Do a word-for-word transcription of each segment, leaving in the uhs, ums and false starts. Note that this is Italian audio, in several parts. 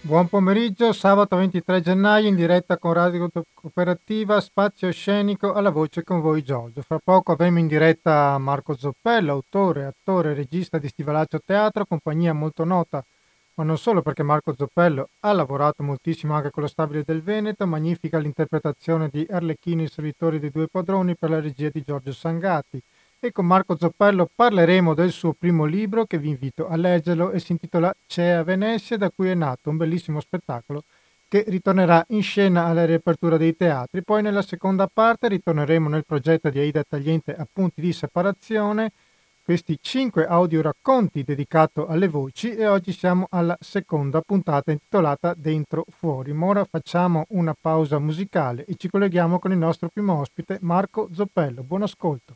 Buon pomeriggio, sabato ventitré gennaio in diretta con Radio Cooperativa, spazio scenico alla voce con voi Giorgio. Fra poco avremo in diretta Marco Zoppello, autore, attore, regista di Stivalaccio Teatro, compagnia molto nota, ma non solo perché Marco Zoppello ha lavorato moltissimo anche con lo Stabile del Veneto, magnifica l'interpretazione di Arlecchino, i servitori dei due padroni per la regia di Giorgio Sangatti. E con Marco Zoppello parleremo del suo primo libro che vi invito a leggerlo e si intitola C'è a Venezia, da cui è nato un bellissimo spettacolo che ritornerà in scena alla riapertura dei teatri. Poi nella seconda parte ritorneremo nel progetto di Aida Tagliente Appunti di separazione, questi cinque audioracconti dedicati alle voci, e oggi siamo alla seconda puntata intitolata Dentro Fuori. Ma ora facciamo una pausa musicale e ci colleghiamo con il nostro primo ospite Marco Zoppello. Buon ascolto.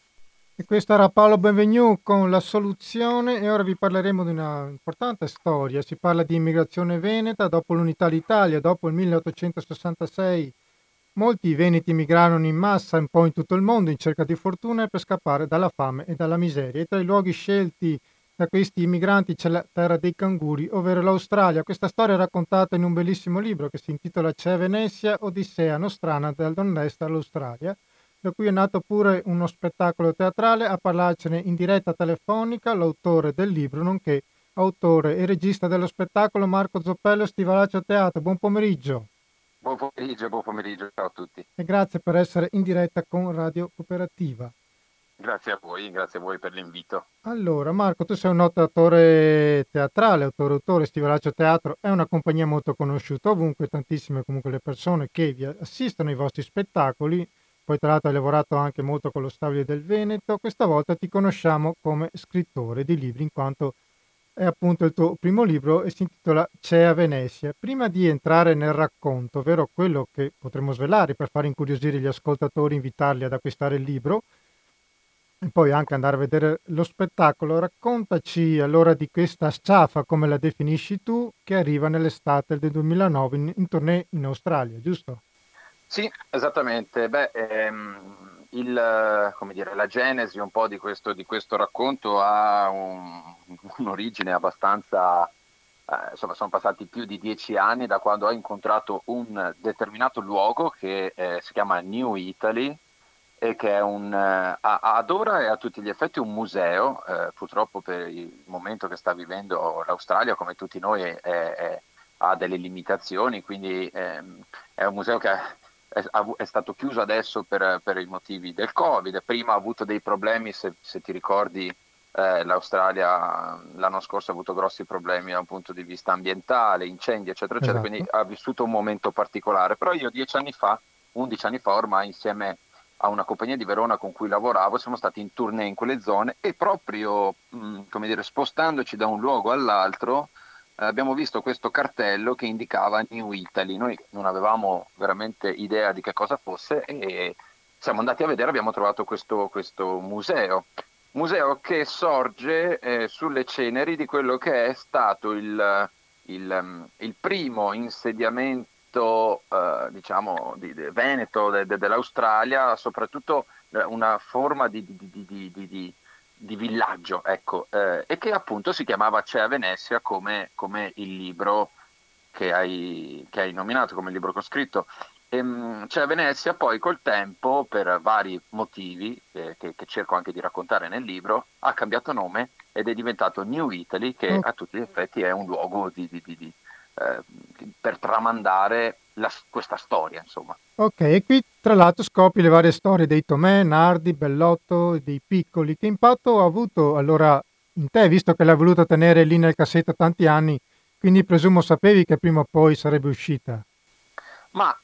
E questo era Paolo Benvenu con La Soluzione e ora vi parleremo di una importante storia. Si parla di immigrazione veneta dopo l'unità d'Italia, dopo il milleottocentosessantasei. Molti veneti migrarono in massa un po' in tutto il mondo in cerca di fortuna e per scappare dalla fame e dalla miseria. E tra i luoghi scelti da questi immigranti c'è la terra dei canguri, ovvero l'Australia. Questa storia è raccontata in un bellissimo libro che si intitola C'è Venezia, Odissea nostrana dal nord-est all'Australia, da cui è nato pure uno spettacolo teatrale. A parlarcene in diretta telefonica l'autore del libro, nonché autore e regista dello spettacolo, Marco Zoppello, Stivalaccio Teatro. Buon pomeriggio Buon pomeriggio, buon pomeriggio, ciao a tutti. e grazie per essere in diretta con Radio Cooperativa. Grazie a voi, grazie a voi per l'invito. Allora, Marco, tu sei un noto attore teatrale, autore, autore, Stivalaccio Teatro è una compagnia molto conosciuta ovunque, tantissime comunque le persone che vi assistono ai vostri spettacoli. Poi tra l'altro hai lavorato anche molto con lo Stabile del Veneto. Questa volta ti conosciamo come scrittore di libri, in quanto è appunto il tuo primo libro e si intitola C'è a Venezia. Prima di entrare nel racconto, ovvero quello che potremmo svelare per far incuriosire gli ascoltatori, invitarli ad acquistare il libro e poi anche andare a vedere lo spettacolo, raccontaci allora di questa sciafa, come la definisci tu, che arriva nell'estate del duemilanove in, in tournée in Australia, giusto? Sì, esattamente. Beh, ehm, il, eh, come dire, la genesi un po' di questo, di questo racconto ha un- un'origine abbastanza, eh, insomma, sono passati più di dieci anni da quando ho incontrato un determinato luogo che eh, si chiama New Italy e che è un, eh, a- ad ora è a tutti gli effetti un museo. Eh, purtroppo per il momento che sta vivendo l'Australia, come tutti noi, è- è- ha delle limitazioni, quindi ehm, è un museo che è, ha- è stato chiuso adesso per, per i motivi del Covid. Prima ha avuto dei problemi, se, se ti ricordi, eh, l'Australia l'anno scorso ha avuto grossi problemi dal punto di vista ambientale, incendi, eccetera, eccetera, quindi Esatto. ha vissuto un momento particolare. Però io dieci anni fa, undici anni fa ormai, insieme a una compagnia di Verona con cui lavoravo, siamo stati in tournée in quelle zone e proprio, mh, come dire, spostandoci da un luogo all'altro, eh, abbiamo visto questo cartello che indicava New Italy. Noi non avevamo veramente idea di che cosa fosse e siamo andati a vedere, abbiamo trovato questo, questo museo. Museo che sorge eh, sulle ceneri di quello che è stato il, il, um, il primo insediamento, eh, diciamo, di, di Veneto, de- de- dell'Australia, soprattutto eh, una forma di, di- di- di- di- di- di villaggio, ecco, eh, e che appunto si chiamava C'è a Venezia come, come il libro che hai, che hai nominato, come il libro che ho scritto. Ehm, C'è a Venezia poi col tempo, per vari motivi eh, che, che cerco anche di raccontare nel libro, ha cambiato nome ed è diventato New Italy, che O- a tutti gli effetti è un luogo di- di- di- di, eh, per tramandare la- questa storia, insomma. ok, e qui tra l'altro scopri le varie storie dei Tomè, Nardi, Bellotto, dei piccoli. Che impatto ha avuto allora in te, visto che l'hai voluto tenere lì nel cassetto tanti anni, quindi presumo sapevi che prima o poi sarebbe uscita. Ma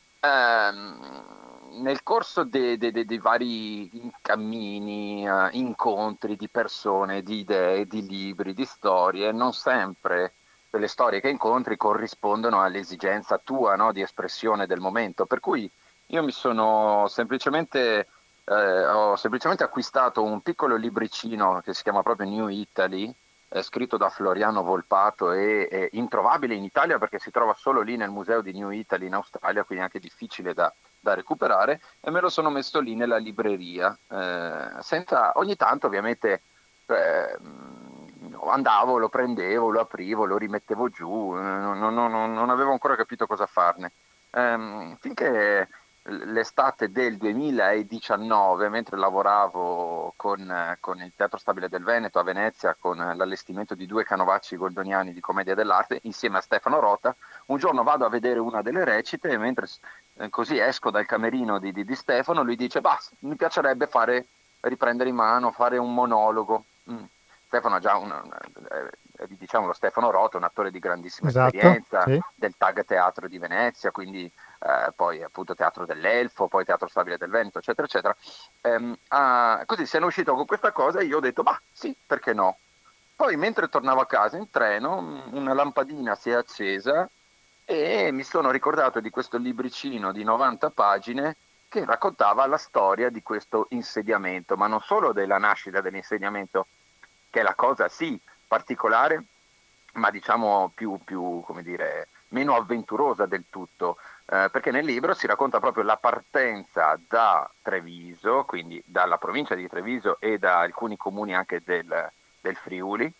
ehm, nel corso de- de- de- dei vari cammini, eh, incontri di persone, di idee, di libri, di storie, non sempre quelle storie che incontri corrispondono all'esigenza tua, no, di espressione del momento. Per cui io mi sono semplicemente, eh, ho semplicemente acquistato un piccolo libricino che si chiama proprio New Italy, è scritto da Floriano Volpato e è introvabile in Italia perché si trova solo lì nel museo di New Italy in Australia, quindi è anche difficile da, da recuperare, e me lo sono messo lì nella libreria. Eh, senza, ogni tanto ovviamente eh, andavo, lo prendevo, lo aprivo, lo rimettevo giù, eh, non, non- non- non avevo ancora capito cosa farne. Ehm, finché l'estate del duemiladiciannove, mentre lavoravo con, eh, con il Teatro Stabile del Veneto a Venezia, con l'allestimento di due canovacci goldoniani di commedia dell'arte, insieme a Stefano Rota, un giorno vado a vedere una delle recite e mentre eh, così esco dal camerino di, di- di Stefano, lui dice, bah, mi piacerebbe fare, riprendere in mano, fare un monologo. Mm. Stefano ha già un, eh, diciamo lo Stefano Rota, un attore di grandissima Esatto, esperienza, sì. del Tag Teatro di Venezia, quindi eh, poi appunto Teatro dell'Elfo, poi Teatro Stabile del Veneto, eccetera, eccetera. Ehm, ah, così siamo uscito con questa cosa e io ho detto, bah, sì, perché no? Poi mentre tornavo a casa in treno, mh, una lampadina si è accesa e mi sono ricordato di questo libricino di novanta pagine che raccontava la storia di questo insediamento, ma non solo della nascita dell'insediamento, che è la cosa sì particolare, ma diciamo più, più come dire, meno avventurosa del tutto, eh, perché nel libro si racconta proprio la partenza da Treviso, quindi dalla provincia di Treviso e da alcuni comuni anche del, del Friuli,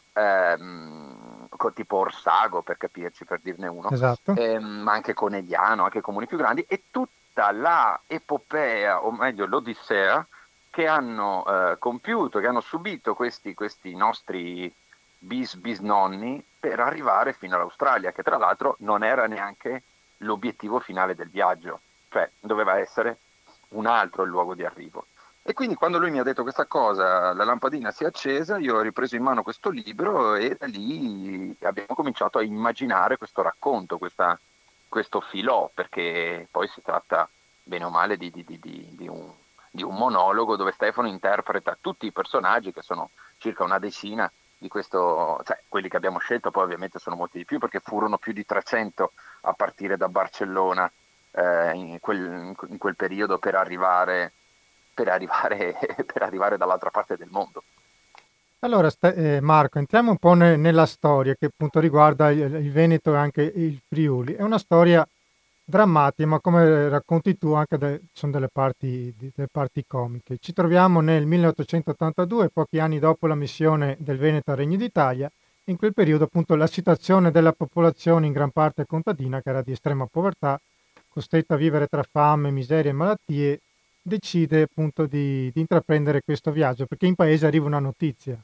ehm, co- tipo Orsago per capirci, per dirne uno, Esatto. ehm, ma anche Conegliano, anche comuni più grandi, e tutta la epopea, o meglio l'Odissea, che hanno eh, compiuto, che hanno subito questi, questi nostri bis bisnonni per arrivare fino all'Australia, che tra l'altro non era neanche l'obiettivo finale del viaggio, cioè doveva essere un altro il luogo di arrivo. E quindi quando lui mi ha detto questa cosa, la lampadina si è accesa, io ho ripreso in mano questo libro e da lì abbiamo cominciato a immaginare questo racconto, questa- questo filò, perché poi si tratta bene o male di, di- di- di- di un, di un monologo dove Stefano interpreta tutti i personaggi, che sono circa una decina di questo, cioè quelli che abbiamo scelto, poi ovviamente sono molti di più perché furono più di trecento a partire da Barcellona eh, in quel, in quel periodo per arrivare per arrivare, per arrivare dall'altra parte del mondo. Allora, sta- eh, Marco, entriamo un po' ne- nella storia che appunto riguarda il, il Veneto e anche il Friuli. È una storia drammatica, ma come racconti tu, anche de- sono delle parti, di- delle parti comiche. Ci troviamo nel milleottocentottantadue, pochi anni dopo la missione del Veneto al Regno d'Italia. In quel periodo, appunto, la situazione della popolazione in gran parte contadina, che era di estrema povertà, costretta a vivere tra fame, miseria e malattie, decide appunto di, di intraprendere questo viaggio perché in paese arriva una notizia.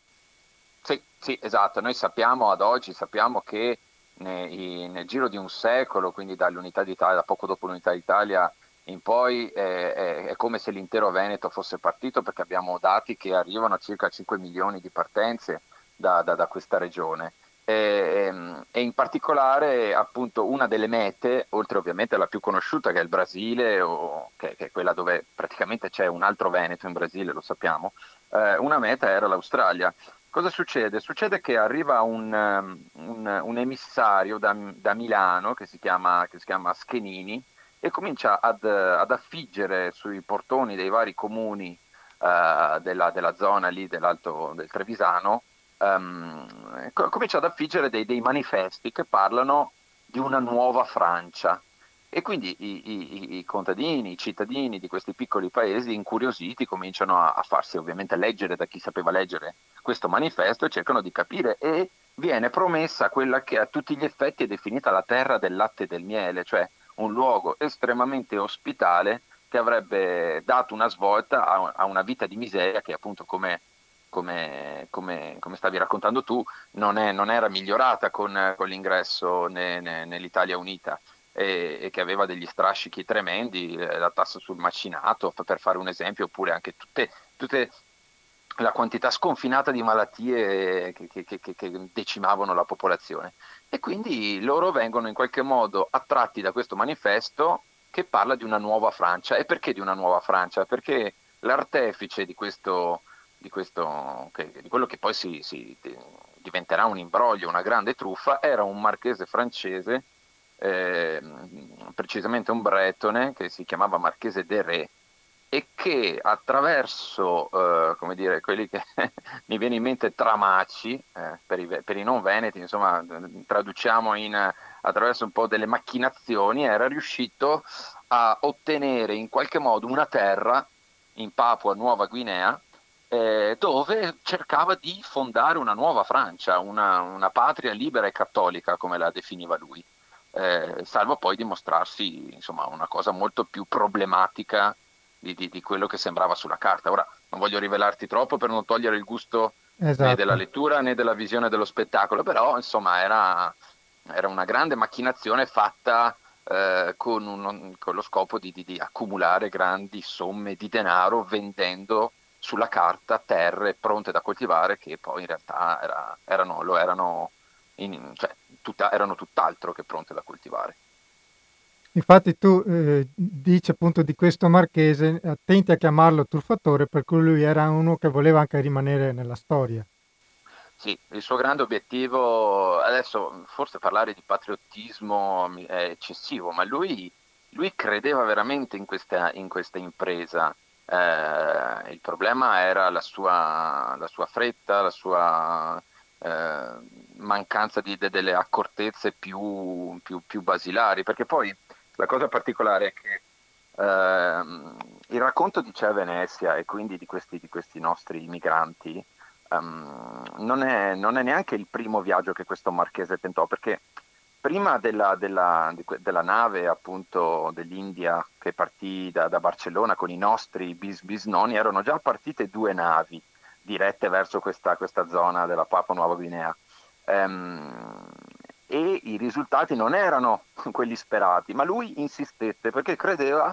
Sì, sì, esatto. Noi sappiamo ad oggi, sappiamo che ne- i- nel giro di un secolo, quindi dall'unità d'Italia, da poco dopo l'unità d'Italia in poi, eh, è, è come se l'intero Veneto fosse partito, perché abbiamo dati che arrivano a circa cinque milioni di partenze da, da- da questa regione. E, ehm, e in particolare, appunto, una delle mete, oltre ovviamente alla più conosciuta, che è il Brasile, o, che, che è quella dove praticamente c'è un altro Veneto in Brasile, lo sappiamo, eh, una meta era l'Australia. Cosa succede? Succede che arriva un, um, un- un emissario da, da Milano che si chiama, che si chiama Schenini e comincia ad, ad affiggere sui portoni dei vari comuni eh, della, della zona lì dell'Alto del Trevisano, ehm, co- comincia ad affiggere dei, dei manifesti che parlano di una nuova Francia. E quindi i, i- i contadini, i cittadini di questi piccoli paesi, incuriositi, cominciano a, a farsi ovviamente leggere da chi sapeva leggere questo manifesto e cercano di capire e viene promessa quella che a tutti gli effetti è definita la terra del latte e del miele, cioè un luogo estremamente ospitale che avrebbe dato una svolta a, a una vita di miseria che appunto come, come- come- come stavi raccontando tu non, è- non era migliorata con, con l'ingresso ne- ne- nell'Italia Unita e, e che aveva degli strascichi tremendi, eh, la tassa sul macinato, f- per fare un esempio, oppure anche tutte, tutte la quantità sconfinata di malattie che, che- che- che decimavano la popolazione. E quindi loro vengono in qualche modo attratti da questo manifesto che parla di una nuova Francia. E perché di una nuova Francia? Perché l'artefice di questo, di questo che- di quello che poi si, si- diventerà un imbroglio, una grande truffa, era un marchese francese, eh, precisamente un bretone che si chiamava Marchese de Ré e che attraverso, eh, come dire, quelli che mi viene in mente tramacci, eh, per i, ve- per i non veneti, insomma, traduciamo in, attraverso un po' delle macchinazioni, era riuscito a ottenere in qualche modo una terra in Papua Nuova Guinea eh, dove cercava di fondare una nuova Francia, una, una patria libera e cattolica, come la definiva lui, eh, salvo poi dimostrarsi insomma, una cosa molto più problematica di, di- di quello che sembrava sulla carta. Ora, non voglio rivelarti troppo per non togliere il gusto né della Esatto. lettura né della visione dello spettacolo, però insomma era, era una grande macchinazione fatta eh, con, un- con lo scopo di, di- di accumulare grandi somme di denaro vendendo sulla carta terre pronte da coltivare che poi in realtà era- erano, lo erano, in- cioè, tutta- erano tutt'altro che pronte da coltivare. Infatti tu eh, dici appunto di questo marchese, attenti a chiamarlo truffatore, per cui lui era uno che voleva anche rimanere nella storia. Sì, il suo grande obiettivo, adesso forse parlare di patriottismo mi- è eccessivo, ma lui, lui credeva veramente in questa, in questa impresa. Eh, il problema era la sua, la sua fretta, la sua eh, mancanza di, de- delle accortezze più, più- più basilari, perché poi la cosa particolare è che ehm, il racconto di C'è Venezia e quindi di questi, di questi nostri migranti ehm, non è, non è neanche il primo viaggio che questo marchese tentò, perché prima della, della- di que- della nave appunto dell'India che partì da, da Barcellona con i nostri bis bisnonni, erano già partite due navi dirette verso questa, questa zona della Papua Nuova Guinea. Ehm, e i risultati non erano quelli sperati, ma lui insistette perché credeva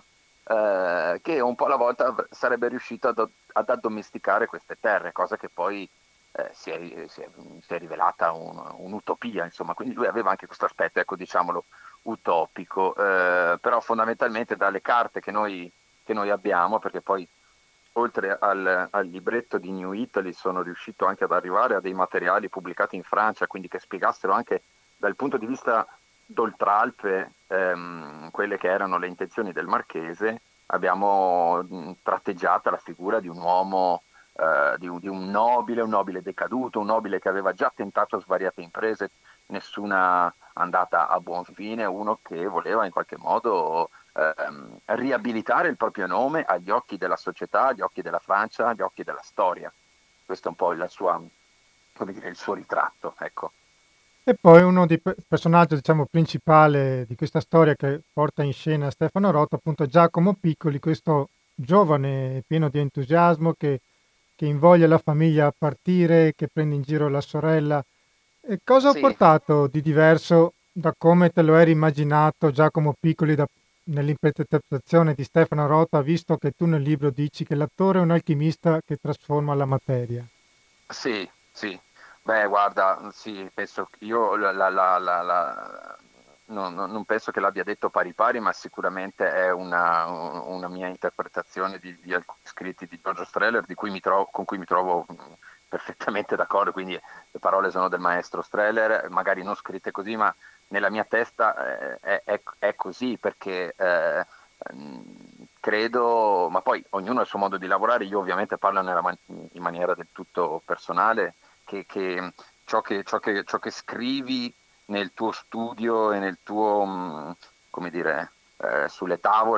eh, che un po' alla volta av- sarebbe riuscito ad, ad addomesticare queste terre, cosa che poi eh, si è, si è- si è rivelata un- un'utopia, insomma, quindi lui aveva anche questo aspetto, ecco, diciamolo, utopico, eh, però fondamentalmente dalle carte che noi, che noi abbiamo, perché poi oltre al, al libretto di New Italy sono riuscito anche ad arrivare a dei materiali pubblicati in Francia, quindi che spiegassero anche dal punto di vista d'Oltralpe ehm, quelle che erano le intenzioni del Marchese. Abbiamo mh, tratteggiata la figura di un uomo, eh, di un, di un nobile, un nobile decaduto, un nobile che aveva già tentato svariate imprese, nessuna andata a buon fine, uno che voleva in qualche modo ehm, riabilitare il proprio nome agli occhi della società, agli occhi della Francia, agli occhi della storia. Questo è un po' la sua, come dire, il suo ritratto, ecco. E poi uno dei pe- personaggi, diciamo, principale di questa storia che porta in scena Stefano Rota, appunto Giacomo Piccoli, questo giovane pieno di entusiasmo che, che invoglia la famiglia a partire, che prende in giro la sorella. E cosa ha Sì, portato di diverso da come te lo eri immaginato Giacomo Piccoli da- nell'interpretazione di Stefano Rota, visto che tu nel libro dici che l'attore è un alchimista che trasforma la materia? sì, sì. Beh, guarda, sì, penso che io la- la- la- la- la- non, non- non penso che l'abbia detto pari pari, ma sicuramente è una, una mia interpretazione di, di alcuni scritti di Giorgio Strehler di cui mi trovo- con cui mi trovo mh, perfettamente d'accordo. Quindi le parole sono del maestro Strehler, magari non scritte così, ma nella mia testa eh, è, è- è così perché eh, mh, credo, ma poi ognuno ha il suo modo di lavorare. Io ovviamente parlo nella man- in maniera del tutto personale che, che ciò che, ciò che- ciò che scrivi nel tuo studio e nel tuo, mh, come dire, eh, sulle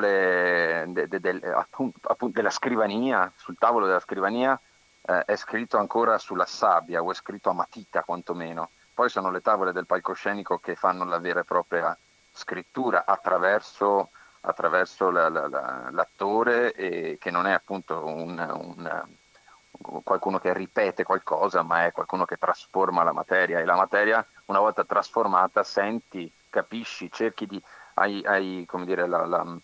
tavole de- de- del- appunto- appunto della scrivania, sul tavolo della scrivania, eh, è scritto ancora sulla sabbia o è scritto a matita quantomeno. Poi sono le tavole del palcoscenico che fanno la vera e propria scrittura attraverso, attraverso la- la- la- l'attore e che non è appunto un, un- qualcuno che ripete qualcosa, ma è qualcuno che trasforma la materia e la materia, una volta trasformata, senti, capisci, cerchi di, hai, hai, come dire, la, la,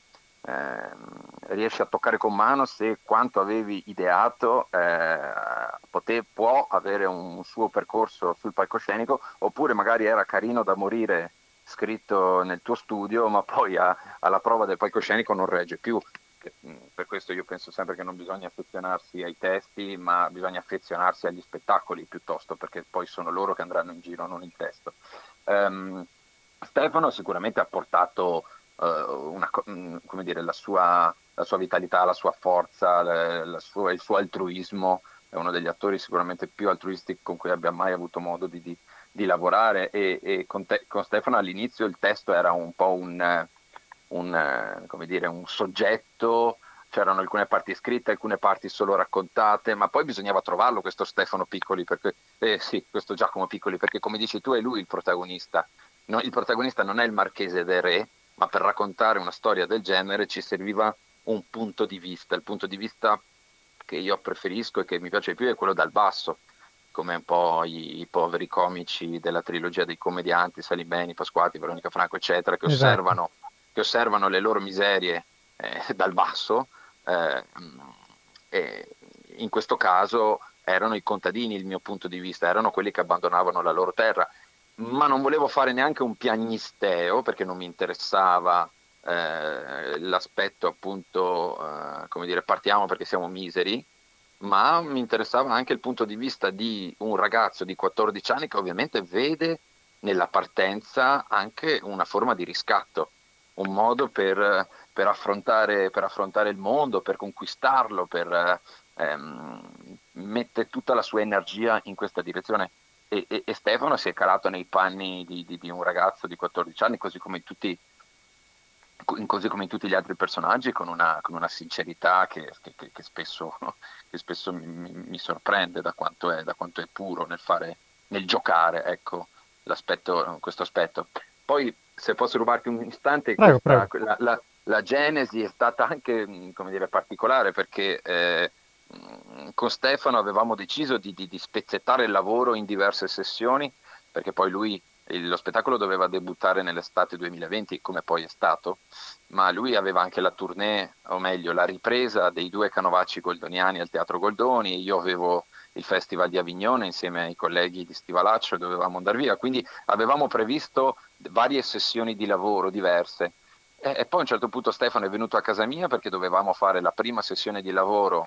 ehm, riesci a toccare con mano se quanto avevi ideato eh, poté- può avere un suo percorso sul palcoscenico, oppure magari era carino da morire scritto nel tuo studio, ma poi a- alla prova del palcoscenico non regge più. Che, mh, Per questo io penso sempre che non bisogna affezionarsi ai testi, ma bisogna affezionarsi agli spettacoli piuttosto, perché poi sono loro che andranno in giro, non il testo. Ehm, Stefano sicuramente ha portato eh, una co- mh, come dire, la sua, la sua vitalità, la sua forza, la- la sua- il suo altruismo. È uno degli attori sicuramente più altruisti con cui abbia mai avuto modo di, di- di lavorare e, e con, te- con Stefano all'inizio il testo era un po' un, eh, un, eh, come dire, un soggetto c'erano alcune parti scritte, alcune parti solo raccontate, ma poi bisognava trovarlo questo Stefano Piccoli, perché, eh, sì, questo Giacomo Piccoli, perché come dici tu è lui il protagonista. No, il protagonista non è il Marchese de Re, ma per raccontare una storia del genere ci serviva un punto di vista. Il punto di vista che io preferisco e che mi piace più è quello dal basso, come un po' i, i poveri comici della trilogia dei commedianti, Salibeni, Pasquati, Veronica Franco, eccetera, che Esatto. osservano, che osservano le loro miserie eh, dal basso. eh, e in questo caso erano i contadini, il mio punto di vista, erano quelli che abbandonavano la loro terra, ma non volevo fare neanche un piagnisteo perché non mi interessava eh, l'aspetto appunto, eh, come dire, partiamo perché siamo miseri, ma mi interessava anche il punto di vista di un ragazzo di quattordici anni che ovviamente vede nella partenza anche una forma di riscatto, un modo per, per affrontare, per affrontare il mondo, per conquistarlo, per ehm, mettere tutta la sua energia in questa direzione. E, e- e Stefano si è calato nei panni di, di- di un ragazzo di quattordici anni, così come tutti, co- così come in tutti gli altri personaggi, con una, con una sincerità che, che- che- che spesso, che spesso mi, mi- mi sorprende da quanto è, da quanto è puro nel fare, nel giocare, ecco, l'aspetto, questo aspetto. Poi, se posso rubarti un istante, Prego, questa, prego. la, la- la genesi è stata anche, mh, come dire, particolare perché eh, mh, con Stefano avevamo deciso di, di- di spezzettare il lavoro in diverse sessioni, perché poi lui, il- lo spettacolo doveva debuttare nell'estate duemilaventi, come poi è stato, ma lui aveva anche la tournée, o meglio, la ripresa dei due Canovacci goldoniani al Teatro Goldoni, e io avevo il Festival di Avignone insieme ai colleghi di Stivalaccio e dovevamo andare via, quindi avevamo previsto varie sessioni di lavoro diverse. E, e poi a un certo punto Stefano è venuto a casa mia perché dovevamo fare la prima sessione di lavoro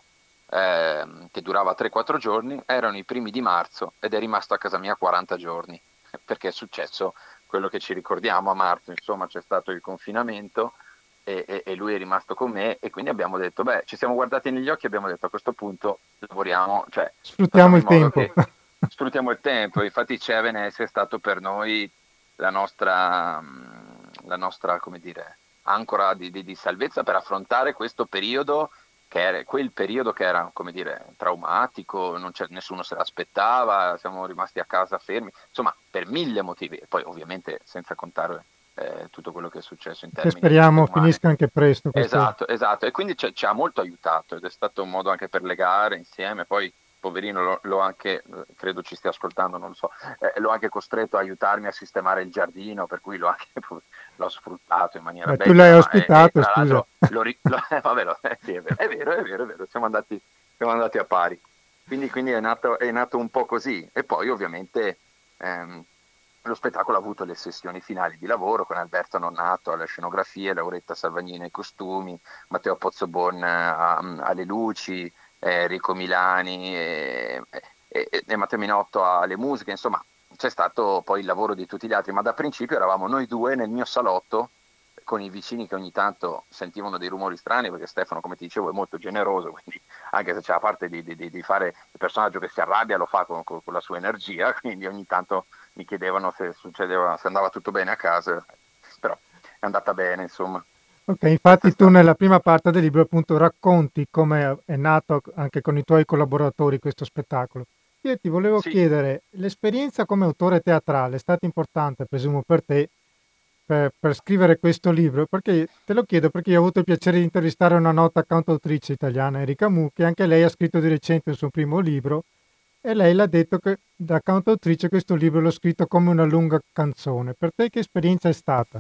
ehm, che durava tre quattro giorni, erano i primi di marzo ed è rimasto a casa mia quaranta giorni, perché è successo quello che ci ricordiamo a marzo, insomma c'è stato il confinamento e, e- e lui è rimasto con me e quindi abbiamo detto, beh, ci siamo guardati negli occhi e abbiamo detto a questo punto lavoriamo, cioè Sfruttiamo facciamo in il modo tempo. che sfruttiamo il tempo. Infatti C E V N S è stato per noi la nostra, mh, la nostra, come dire, ancora di, di- di salvezza per affrontare questo periodo, che era quel periodo che era, come dire, traumatico, non c'è- nessuno se l'aspettava, siamo rimasti a casa fermi, insomma, per mille motivi. E poi ovviamente senza contare eh, tutto quello che è successo in Che termini di vite speriamo umane. finisca anche presto questo. Esatto, esatto, e quindi ci, ci ha molto aiutato ed è stato un modo anche per legare insieme, poi poverino l'ho l'ho anche, eh, credo ci stia ascoltando, non lo so, eh, l'ho anche costretto a aiutarmi a sistemare il giardino, per cui l'ho anche l'ho sfruttato in maniera Beh, tu l'hai becera, ma e, e ospitato, tra scusa. l'altro lo, ri- lo- eh, vabbè, lo- eh, sì, è vero, è vero, è vero, è vero, siamo andati, siamo andati a pari. Quindi, quindi è nato, è nato un po' così. E poi ovviamente ehm, lo spettacolo ha avuto le sessioni finali di lavoro con Alberto Nonnato alle scenografie, Lauretta Salvagnini ai costumi, Matteo Pozzobon a- alle luci, eh, Enrico Milani e, e- e Matteo Minotto alle musiche, insomma c'è stato poi il lavoro di tutti gli altri, ma da principio eravamo noi due nel mio salotto con i vicini che ogni tanto sentivano dei rumori strani, perché Stefano, come ti dicevo, è molto generoso, quindi anche se c'è la parte di, di- di fare il personaggio che si arrabbia, lo fa con, con- con la sua energia, quindi ogni tanto mi chiedevano se succedeva, se andava tutto bene a casa, però è andata bene, insomma. Ok, Questo è infatti tu stato. nella prima parte del libro appunto racconti come è nato anche con i tuoi collaboratori questo spettacolo. Io ti volevo Sì, chiedere, l'esperienza come autore teatrale è stata importante, presumo, per te per, per scrivere questo libro? Perché te lo chiedo perché io ho avuto il piacere di intervistare una nota cantautrice italiana, Erika Mu, che anche lei ha scritto di recente il suo primo libro e lei l'ha detto che da cantautrice questo libro l'ho scritto come una lunga canzone. Per te che esperienza è stata?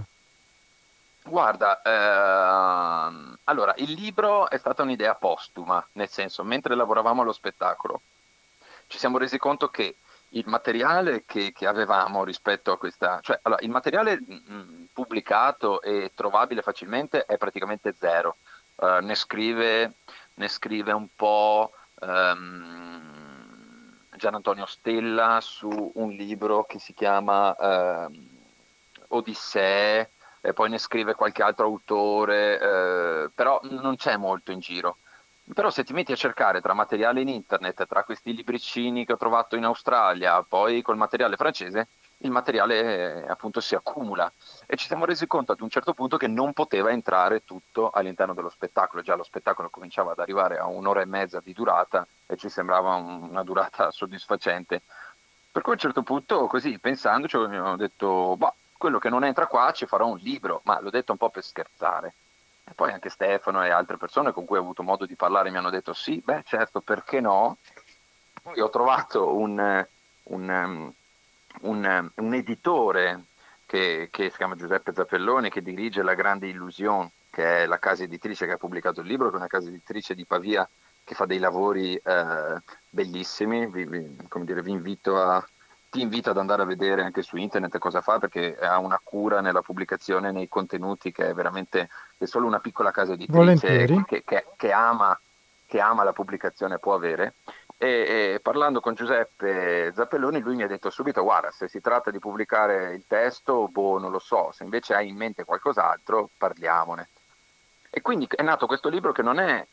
guarda, ehm, allora il libro è stata un'idea postuma, nel senso, mentre lavoravamo allo spettacolo, ci siamo resi conto che il materiale che, che avevamo rispetto a questa, cioè allora, il materiale mh, pubblicato e trovabile facilmente è praticamente zero. Eh, ne scrive, ne scrive un po' ehm, Gian Antonio Stella su un libro che si chiama ehm, Odissee, e poi ne scrive qualche altro autore, eh, però non c'è molto in giro. Però se ti metti a cercare tra materiale in internet, tra questi libricini che ho trovato in Australia, poi col materiale francese, il materiale eh, appunto si accumula e ci siamo resi conto ad un certo punto che non poteva entrare tutto all'interno dello spettacolo, già lo spettacolo cominciava ad arrivare a un'ora e mezza di durata e ci sembrava un- una durata soddisfacente. Per cui a un certo punto, così pensandoci, ho detto, bah, quello che non entra qua ci farò un libro, ma l'ho detto un po' per scherzare. E poi anche Stefano e altre persone con cui ho avuto modo di parlare mi hanno detto sì, beh certo, perché no? Poi ho trovato un, eh, un, ehm, un, eh, un editore che, che si chiama Giuseppe Zappelloni, che dirige La Grande Illusion, che è la casa editrice che ha pubblicato il libro, che è una casa editrice di Pavia che fa dei lavori eh, bellissimi. Vi, vi- come dire, vi invito a, ti invito ad andare a vedere anche su internet cosa fa, perché ha una cura nella pubblicazione, nei contenuti, che è veramente che solo una piccola casa editrice Volentieri. che, che- che ama, che ama la pubblicazione può avere. E, e parlando con Giuseppe Zappelloni, lui mi ha detto subito: Guarda, se si tratta di pubblicare il testo, boh, non lo so, se invece hai in mente qualcos'altro, parliamone. E quindi è nato questo libro che non è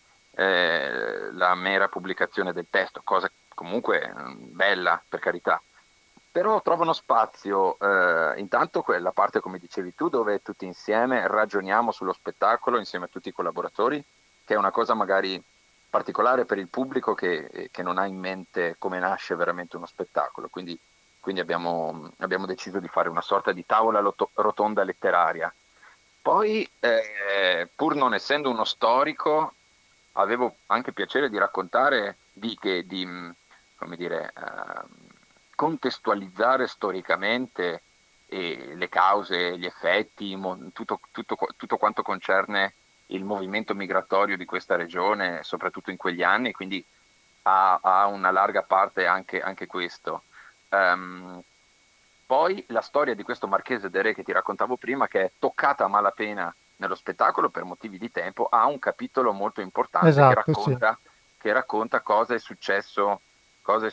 eh, la mera pubblicazione del testo, cosa comunque mm, bella, per carità, però trovano spazio eh, intanto quella parte, come dicevi tu, dove tutti insieme ragioniamo sullo spettacolo insieme a tutti i collaboratori, che è una cosa magari particolare per il pubblico che, che non ha in mente come nasce veramente uno spettacolo. Quindi, quindi abbiamo, abbiamo deciso di fare una sorta di tavola loto- rotonda letteraria. Poi, eh, pur non essendo uno storico, avevo anche piacere di raccontare, di, che, di mh, come dire, ehm, contestualizzare storicamente eh, le cause, gli effetti, mo- tutto, tutto qu- tutto quanto concerne il movimento migratorio di questa regione, soprattutto in quegli anni, quindi ha, ha una larga parte anche, anche questo. Ehm, Poi la storia di questo Marchese de Re che ti raccontavo prima, che è toccata a malapena nello spettacolo per motivi di tempo, ha un capitolo molto importante che Esatto, sì. racconta, che racconta cosa è successo, cosa è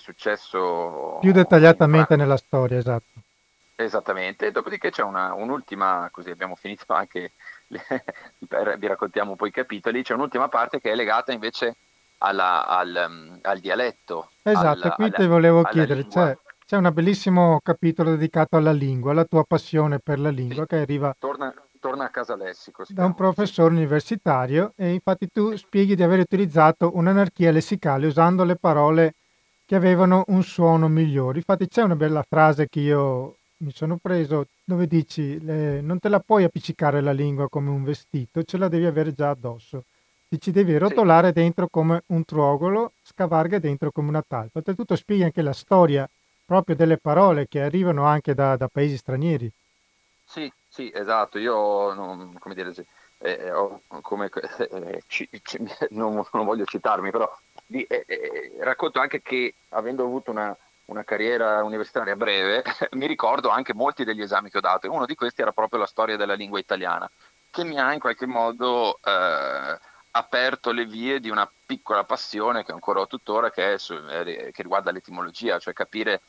Più successo in Francia. dettagliatamente nella storia, esatto. Esattamente, dopodiché c'è una- un'ultima, così abbiamo finito anche, le- per- vi raccontiamo un po' i capitoli, c'è un'ultima parte che è legata invece alla- al, um, al dialetto, Esatto, e al- qui ti alla, volevo alla chiedere, lingua. c'è, c'è un bellissimo capitolo dedicato alla lingua, alla tua passione per la Sì, lingua che arriva torna, torna a casa lessico si da un chiama, sì. professore universitario e infatti tu spieghi di aver utilizzato un'anarchia lessicale usando le parole che avevano un suono migliore. Infatti c'è una bella frase che io mi sono preso dove dici eh, non te la puoi appiccicare la lingua come un vestito, ce la devi avere già addosso. Ti ci devi Sì, rotolare dentro come un truogolo, scavarga dentro come una talpa. Oltretutto spieghi anche la storia proprio delle parole che arrivano anche da, da paesi stranieri. sì, sì, esatto. Io, non, come dire, sì, eh, eh, ho- come, eh, ci- ci- non, non voglio citarmi, però di- eh, eh, racconto anche che avendo avuto una, una carriera universitaria breve, mi ricordo anche molti degli esami che ho dato e uno di questi era proprio la storia della lingua italiana, che mi ha in qualche modo eh, aperto le vie di una piccola passione che ancora ho tuttora, che, è su- eh, che riguarda l'etimologia, cioè capire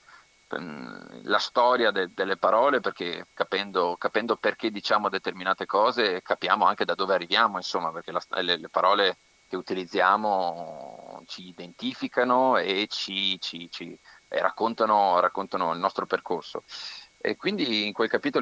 ehm, la storia de- delle parole, perché capendo, capendo perché diciamo determinate cose, capiamo anche da dove arriviamo, insomma, perché la- le, le parole che utilizziamo ci identificano e ci, ci- ci- e raccontano, raccontano il nostro percorso. E quindi in quel capitolo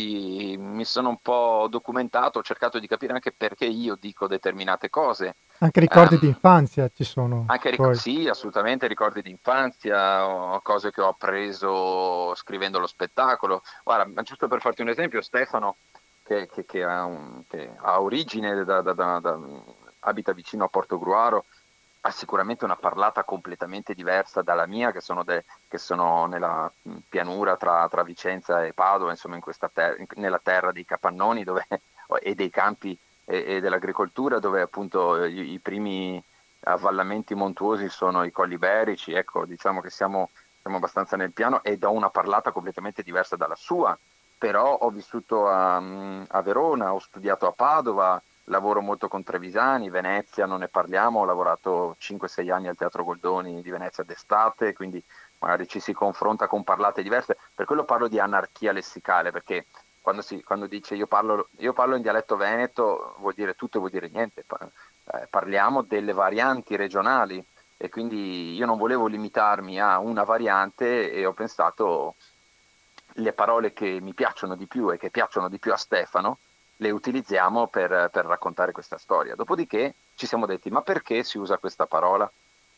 lì mi sono un po' documentato, ho cercato di capire anche perché io dico determinate cose. Anche ricordi di Ehm, infanzia ci sono Anche ric- poi. sì, assolutamente ricordi di infanzia, o cose che ho appreso scrivendo lo spettacolo. Guarda, ma giusto per farti un esempio, Stefano, che, che- che ha, un- che ha origine, da, da- da- da- abita vicino a Portogruaro, ha sicuramente una parlata completamente diversa dalla mia, che sono, de- che sono nella pianura tra, tra Vicenza e Padova, insomma, in questa ter- in- nella terra dei capannoni dove- e dei campi e, e dell'agricoltura, dove appunto i i primi avvallamenti montuosi sono i Colli Iberici, ecco, diciamo che siamo, siamo abbastanza nel piano e do una parlata completamente diversa dalla sua, però ho vissuto a, a Verona, ho studiato a Padova, lavoro molto con Trevisani, Venezia non ne parliamo, ho lavorato cinque sei anni al Teatro Goldoni di Venezia d'estate, quindi magari ci si confronta con parlate diverse, per quello parlo di anarchia lessicale, perché quando, si, quando dice io parlo, io parlo in dialetto veneto vuol dire tutto e vuol dire niente, eh, parliamo delle varianti regionali e quindi io non volevo limitarmi a una variante e ho pensato le parole che mi piacciono di più e che piacciono di più a Stefano le utilizziamo per, per raccontare questa storia. Dopodiché ci siamo detti, ma perché si usa questa parola?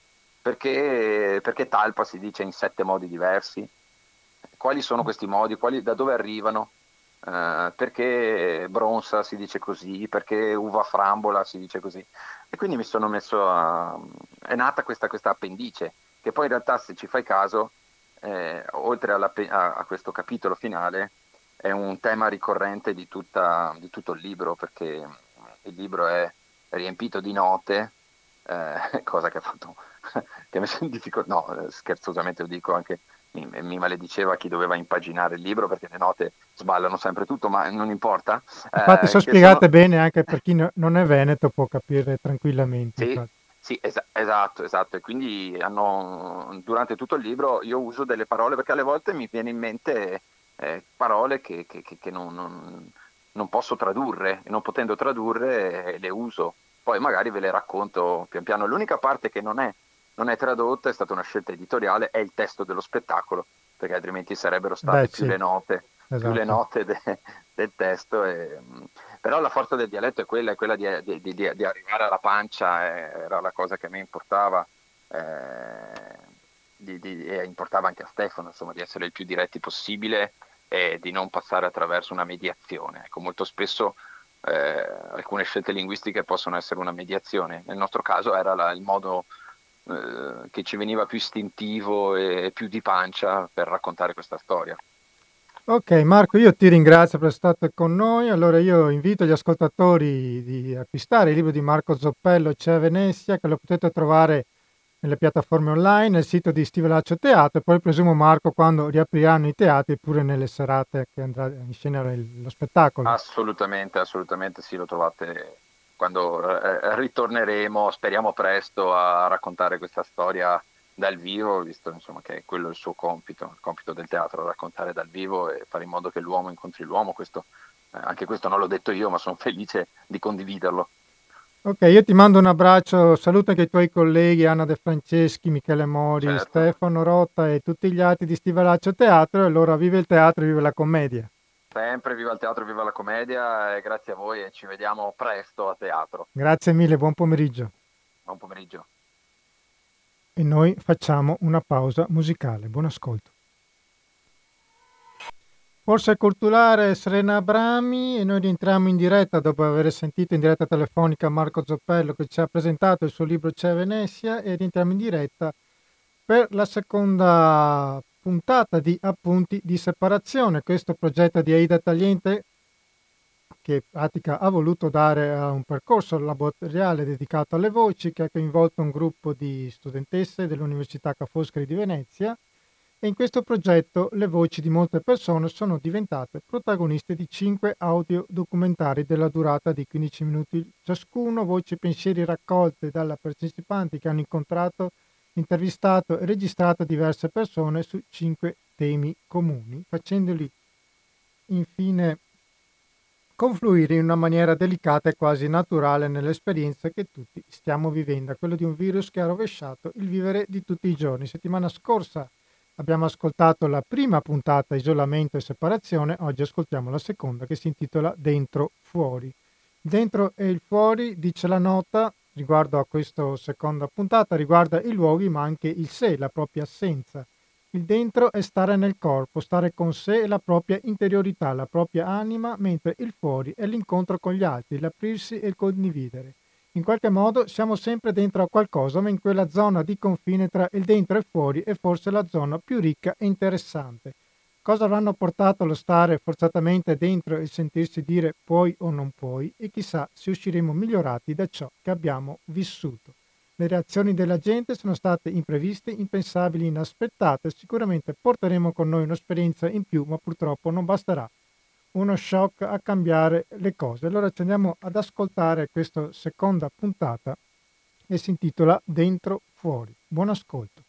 Perché, perché talpa si dice in sette modi diversi? Quali sono questi modi? Quali- da dove arrivano? Eh, perché bronza si dice così? Perché uva frambola si dice così? E quindi mi sono messo a... è nata questa, questa appendice, che poi in realtà se ci fai caso, eh, oltre alla pe- a, a questo capitolo finale, è un tema ricorrente di, tutta- di tutto il libro, perché il libro è riempito di note, eh, cosa che ha fatto, che mi sono difficoltà, no, eh, scherzosamente lo dico anche, mi, mi malediceva chi doveva impaginare il libro perché le note sballano sempre tutto, ma non importa, Infatti eh, sono che sono... spiegate bene anche per chi no- non è veneto può capire tranquillamente. Sì, Infatti. sì, esa- esatto, esatto. E quindi hanno, durante tutto il libro io uso delle parole perché alle volte mi viene in mente eh, parole che, che- che- che non, non- non posso tradurre e non potendo tradurre eh, le uso. Poi magari ve le racconto pian piano. L'unica parte che non è, non è tradotta è stata una scelta editoriale, è il testo dello spettacolo, perché altrimenti sarebbero Beh, state più sì, le note, più le esatto. note de- del testo. E, mh, però la forza del dialetto è quella, è quella di, di- di- di- di arrivare alla pancia, eh, era la cosa che a me importava, eh, di- di- e importava anche a Stefano, insomma, di essere il più diretti possibile e di non passare attraverso una mediazione. Ecco, molto spesso eh, alcune scelte linguistiche possono essere una mediazione, nel nostro caso era la- il modo eh, che ci veniva più istintivo e più di pancia per raccontare questa storia. Ok, Marco, io ti ringrazio per essere stato con noi. Allora io invito gli ascoltatori di acquistare il libro di Marco Zoppello, C'è Venezia, che lo potete trovare nelle piattaforme online, nel sito di Stivalaccio Teatro e poi presumo Marco quando riapriranno i teatri pure nelle serate che andrà in scena il- lo spettacolo. Assolutamente, assolutamente sì, lo trovate quando eh, ritorneremo, speriamo presto a raccontare questa storia dal vivo, visto insomma che quello è il suo compito, il compito del teatro, raccontare dal vivo e fare in modo che l'uomo incontri l'uomo. Questo, eh, anche questo non l'ho detto io, ma sono felice di condividerlo. Ok, io ti mando un abbraccio, saluto anche i tuoi colleghi Anna De Franceschi, Michele Mori, Certo, Stefano Rotta e tutti gli altri di Stivalaccio Teatro. E allora vive il teatro e vive la commedia. sempre viva il teatro, viva la commedia e grazie a voi e ci vediamo presto a teatro. Grazie mille, buon pomeriggio. Buon pomeriggio. E noi facciamo una pausa musicale. Buon ascolto. Forse culturale Serena Abrami e noi rientriamo in diretta dopo aver sentito in diretta telefonica Marco Zoppello che ci ha presentato il suo libro C'è Venezia e rientriamo in diretta per la seconda puntata di Appunti di separazione, questo progetto di Aida Tagliente che in pratica ha voluto dare a un percorso laboratoriale dedicato alle voci che ha coinvolto un gruppo di studentesse dell'Università Ca' Foscari di Venezia e in questo progetto le voci di molte persone sono diventate protagoniste di cinque audiodocumentari della durata di quindici minuti ciascuno, voci e pensieri raccolte dalle partecipanti che hanno incontrato, intervistato e registrato diverse persone su cinque temi comuni, facendoli infine confluire in una maniera delicata e quasi naturale nell'esperienza che tutti stiamo vivendo, quello di un virus che ha rovesciato il vivere di tutti i giorni. Settimana scorsa abbiamo ascoltato la prima puntata Isolamento e separazione, oggi ascoltiamo la seconda che si intitola Dentro Fuori. Dentro e il fuori, dice la nota, riguardo a questa seconda puntata, riguarda i luoghi ma anche il sé, la propria assenza. Il dentro è stare nel corpo, stare con sé e la propria interiorità, la propria anima, mentre il fuori è l'incontro con gli altri, l'aprirsi e il condividere. In qualche modo siamo sempre dentro a qualcosa, ma in quella zona di confine tra il dentro e il fuori è forse la zona più ricca e interessante. Cosa avranno portato lo stare forzatamente dentro e il sentirsi dire puoi o non puoi e chissà se usciremo migliorati da ciò che abbiamo vissuto. Le reazioni della gente sono state impreviste, impensabili, inaspettate. Sicuramente porteremo con noi un'esperienza in più, ma purtroppo non basterà uno shock a cambiare le cose. Allora ci andiamo ad ascoltare questa seconda puntata che si intitola Dentro Fuori. Buon ascolto.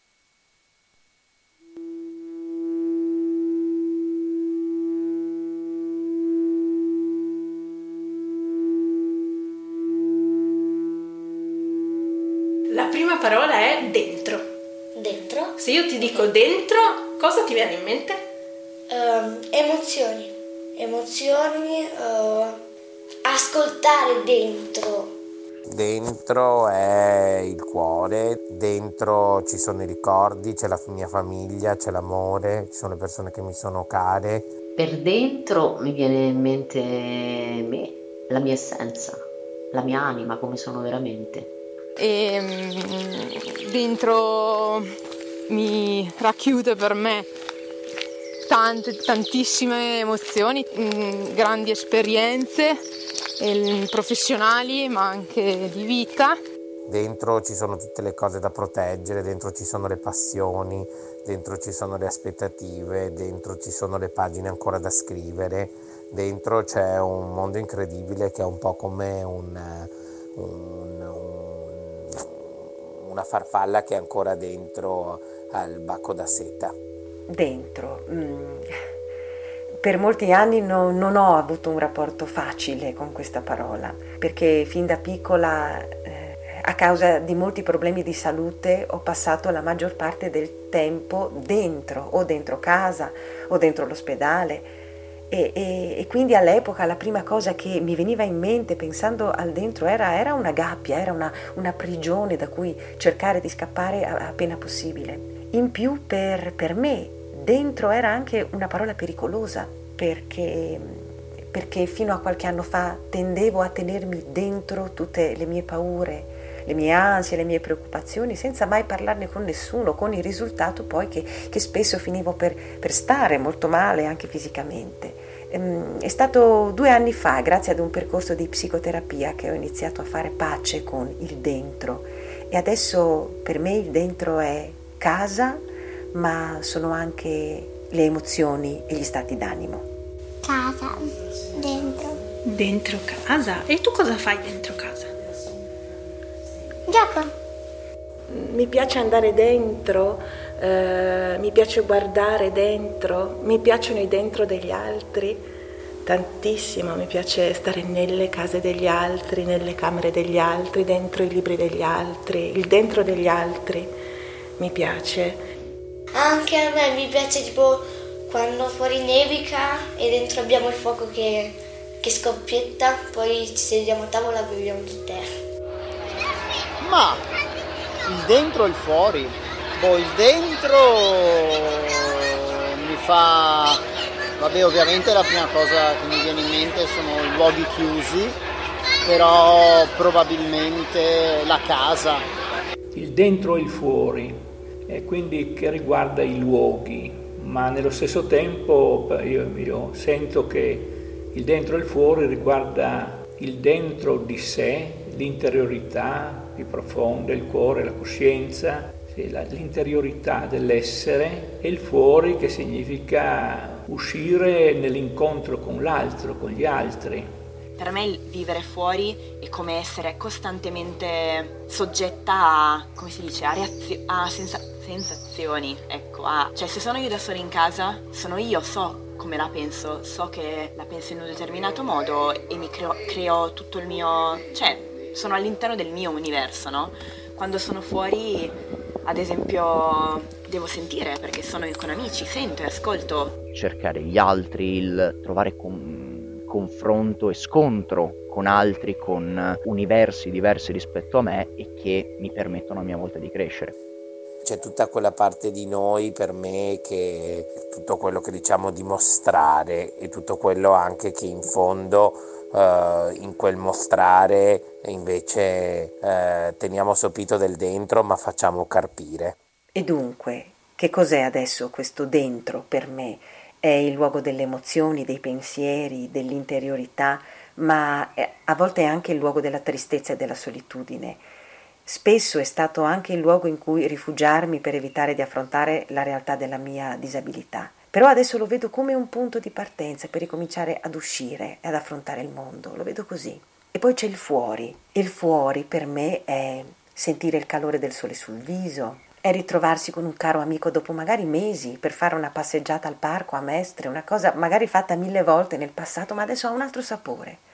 La prima parola è dentro. Dentro? Se io ti dico dentro, cosa ti viene in mente? Ehm, emozioni, emozioni, eh, ascoltare dentro. Dentro è il cuore, dentro ci sono i ricordi, c'è la mia famiglia, c'è l'amore, ci sono le persone che mi sono care. Per dentro mi viene in mente me, la mia essenza, la mia anima, come sono veramente. E mm, dentro mi racchiude per me tante, tantissime emozioni, mm, grandi esperienze eh, professionali ma anche di vita. Dentro ci sono tutte le cose da proteggere, dentro ci sono le passioni, dentro ci sono le aspettative, dentro ci sono le pagine ancora da scrivere, dentro c'è un mondo incredibile che è un po' come un, un, un, una farfalla che è ancora dentro al bacco da seta. Dentro. Mm. Per molti anni no, non ho avuto un rapporto facile con questa parola, perché fin da piccola, eh, a causa di molti problemi di salute, ho passato la maggior parte del tempo dentro, o dentro casa, o dentro l'ospedale. E, e, e quindi all'epoca la prima cosa che mi veniva in mente pensando al dentro era, era una gabbia, era una, una prigione da cui cercare di scappare appena possibile. In più per, per me dentro era anche una parola pericolosa, perché, perché fino a qualche anno fa tendevo a tenermi dentro tutte le mie paure, le mie ansie, le mie preoccupazioni, senza mai parlarne con nessuno, con il risultato poi che, che spesso finivo per, per stare molto male anche fisicamente. È stato due anni fa, grazie ad un percorso di psicoterapia, che ho iniziato a fare pace con il dentro, e adesso per me il dentro è casa, ma sono anche le emozioni e gli stati d'animo. Casa, dentro. Dentro casa? E tu cosa fai dentro casa? Gioco. Mi piace andare dentro, eh, mi piace guardare dentro, mi piacciono i dentro degli altri, tantissimo, mi piace stare nelle case degli altri, nelle camere degli altri, dentro i libri degli altri, il dentro degli altri, mi piace. Anche a me mi piace tipo quando fuori nevica e dentro abbiamo il fuoco che, che scoppietta, poi ci sediamo a tavola e beviamo il tè. Ma il dentro e il fuori, boh, il dentro mi fa, vabbè, ovviamente la prima cosa che mi viene in mente sono i luoghi chiusi, però probabilmente la casa. Il dentro e il fuori, e quindi che riguarda i luoghi, ma nello stesso tempo io, io sento che il dentro e il fuori riguarda il dentro di sé, l'interiorità più profonda, il cuore, la coscienza, l'interiorità dell'essere, e il fuori che significa uscire nell'incontro con l'altro, con gli altri. Per me il vivere fuori è come essere costantemente soggetta a, come si dice, a, reazio- a senza- sensazioni, ecco, a, cioè se sono io da sola in casa, sono io, so come la penso, so che la penso in un determinato modo e mi creo, creo tutto il mio, cioè sono all'interno del mio universo, no? Quando sono fuori, ad esempio, devo sentire, perché sono con amici, sento e ascolto. Cercare gli altri, il trovare con, confronto e scontro con altri, con universi diversi rispetto a me e che mi permettono a mia volta di crescere. C'è tutta quella parte di noi per me che tutto quello che diciamo di mostrare e tutto quello anche che in fondo uh, in quel mostrare invece uh, teniamo sopito del dentro ma facciamo carpire. E dunque, che cos'è adesso questo dentro per me? È il luogo delle emozioni, dei pensieri, dell'interiorità, ma a volte è anche il luogo della tristezza e della solitudine. Spesso è stato anche il luogo in cui rifugiarmi per evitare di affrontare la realtà della mia disabilità. Però adesso lo vedo come un punto di partenza per ricominciare ad uscire e ad affrontare il mondo, lo vedo così. E poi c'è il fuori. Il fuori per me è sentire il calore del sole sul viso, è ritrovarsi con un caro amico dopo magari mesi per fare una passeggiata al parco a Mestre, una cosa magari fatta mille volte nel passato ma adesso ha un altro sapore.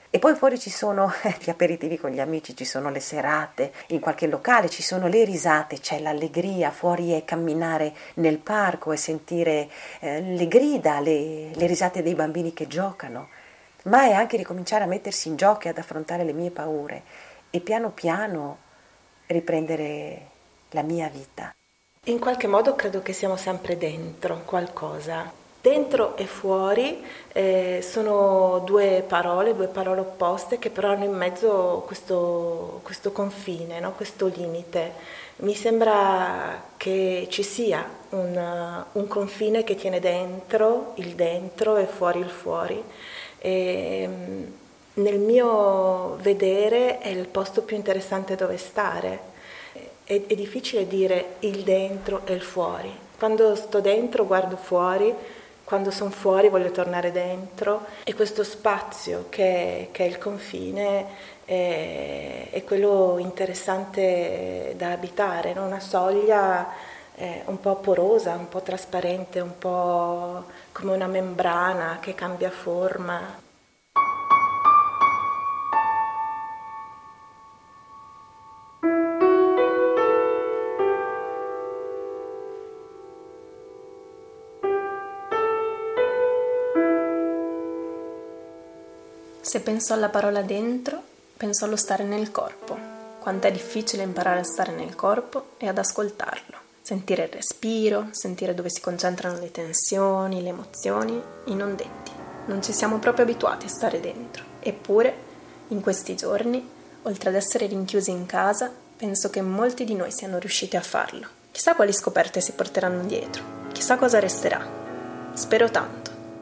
E poi fuori ci sono gli aperitivi con gli amici, ci sono le serate, in qualche locale ci sono le risate, c'è l'allegria, fuori è camminare nel parco e sentire eh, le grida, le, le risate dei bambini che giocano, ma è anche ricominciare a mettersi in gioco e ad affrontare le mie paure e piano piano riprendere la mia vita. In qualche modo credo che siamo sempre dentro qualcosa. Dentro e fuori eh, sono due parole, due parole opposte che però hanno in mezzo questo, questo confine, no? Questo limite. Mi sembra che ci sia un, un confine che tiene dentro il dentro e fuori il fuori. E, nel mio vedere è il posto più interessante dove stare. È, è difficile dire il dentro e il fuori. Quando sto dentro guardo fuori, quando sono fuori voglio tornare dentro, e questo spazio che, che è il confine è, è quello interessante da abitare, no? Una soglia eh, un po' porosa, un po' trasparente, un po' come una membrana che cambia forma. Se penso alla parola dentro, penso allo stare nel corpo. Quanto è difficile imparare a stare nel corpo e ad ascoltarlo. Sentire il respiro, sentire dove si concentrano le tensioni, le emozioni, i non detti. Non ci siamo proprio abituati a stare dentro. Eppure, in questi giorni, oltre ad essere rinchiusi in casa, penso che molti di noi siano riusciti a farlo. Chissà quali scoperte si porteranno dietro. Chissà cosa resterà. Spero tanto.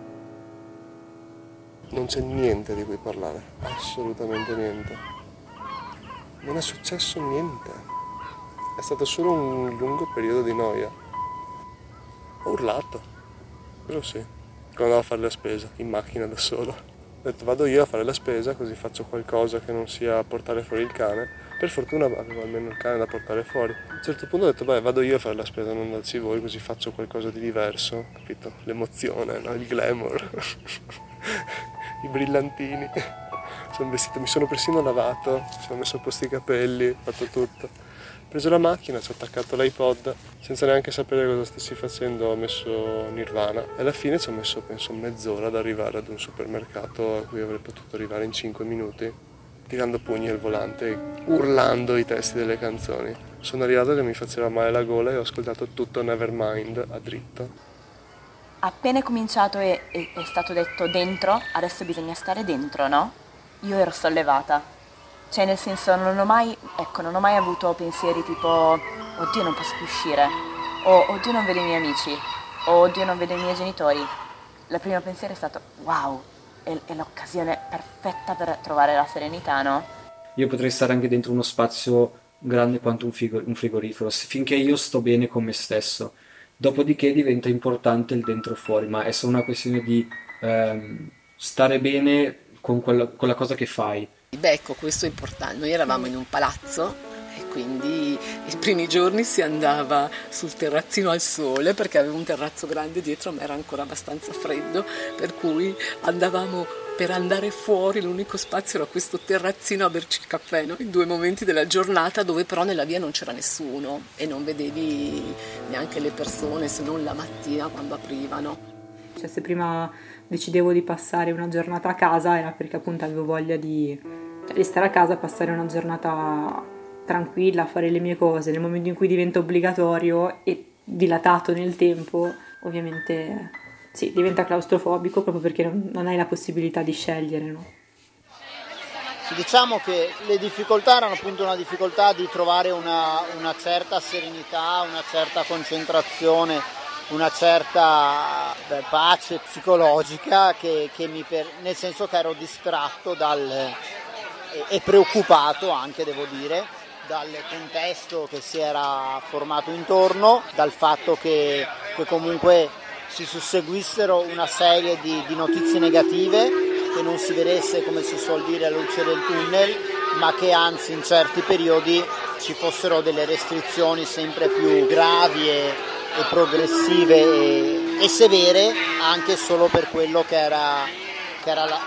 Non c'è niente di cui parlare, assolutamente niente. Non è successo niente. È stato solo un lungo periodo di noia. Ho urlato, quello sì, quando andavo a fare la spesa, in macchina da solo. Ho detto vado io a fare la spesa, così faccio qualcosa che non sia portare fuori il cane. Per fortuna avevo almeno il cane da portare fuori. A un certo punto ho detto beh, vado io a fare la spesa, non darci voi, così faccio qualcosa di diverso, capito? L'emozione, no? Il glamour. I brillantini. Sono vestito, mi sono persino lavato, mi sono messo a posto i capelli, ho fatto tutto. Ho preso la macchina, ci ho attaccato l'iPod, senza neanche sapere cosa stessi facendo, ho messo Nirvana e alla fine ci ho messo penso mezz'ora ad arrivare ad un supermercato a cui avrei potuto arrivare in cinque minuti, tirando pugni al volante, urlando i testi delle canzoni. Sono arrivato che mi faceva male la gola e ho ascoltato tutto Nevermind a dritto. Appena è cominciato e è, è stato detto dentro, adesso bisogna stare dentro, no? Io ero sollevata. Cioè nel senso non ho mai, ecco, non ho mai avuto pensieri tipo oddio non posso più uscire, o oddio non vedo i miei amici, o oddio non vedo i miei genitori. Il primo pensiero è stato wow, è, è l'occasione perfetta per trovare la serenità, no? Io potrei stare anche dentro uno spazio grande quanto un, frigo, un frigorifero, finché io sto bene con me stesso. Dopodiché diventa importante il dentro e fuori, ma è solo una questione di ehm, stare bene con, quella, con la cosa che fai. Beh, ecco, questo è importante. Noi eravamo in un palazzo e quindi i primi giorni si andava sul terrazzino al sole perché avevo un terrazzo grande dietro, ma era ancora abbastanza freddo, per cui andavamo per andare fuori, l'unico spazio era questo terrazzino a berci il caffè, no? In due momenti della giornata dove però nella via non c'era nessuno e non vedevi neanche le persone se non la mattina quando aprivano. Cioè se prima decidevo di passare una giornata a casa era perché appunto avevo voglia di, cioè, di stare a casa, passare una giornata tranquilla, fare le mie cose. Nel momento in cui diventa obbligatorio e dilatato nel tempo, ovviamente sì, diventa claustrofobico proprio perché non, non hai la possibilità di scegliere, no? Diciamo che le difficoltà erano appunto una difficoltà di trovare una, una certa serenità, una certa concentrazione, una certa beh, pace psicologica che, che mi per, nel senso che ero distratto dal, e, e preoccupato anche, devo dire, dal contesto che si era formato intorno, dal fatto che, che comunque si susseguissero una serie di, di notizie negative, che non si vedesse, come si suol dire, la luce del tunnel, ma che anzi in certi periodi ci fossero delle restrizioni sempre più gravi e, e progressive e, e severe, anche solo per quello che era, che era la,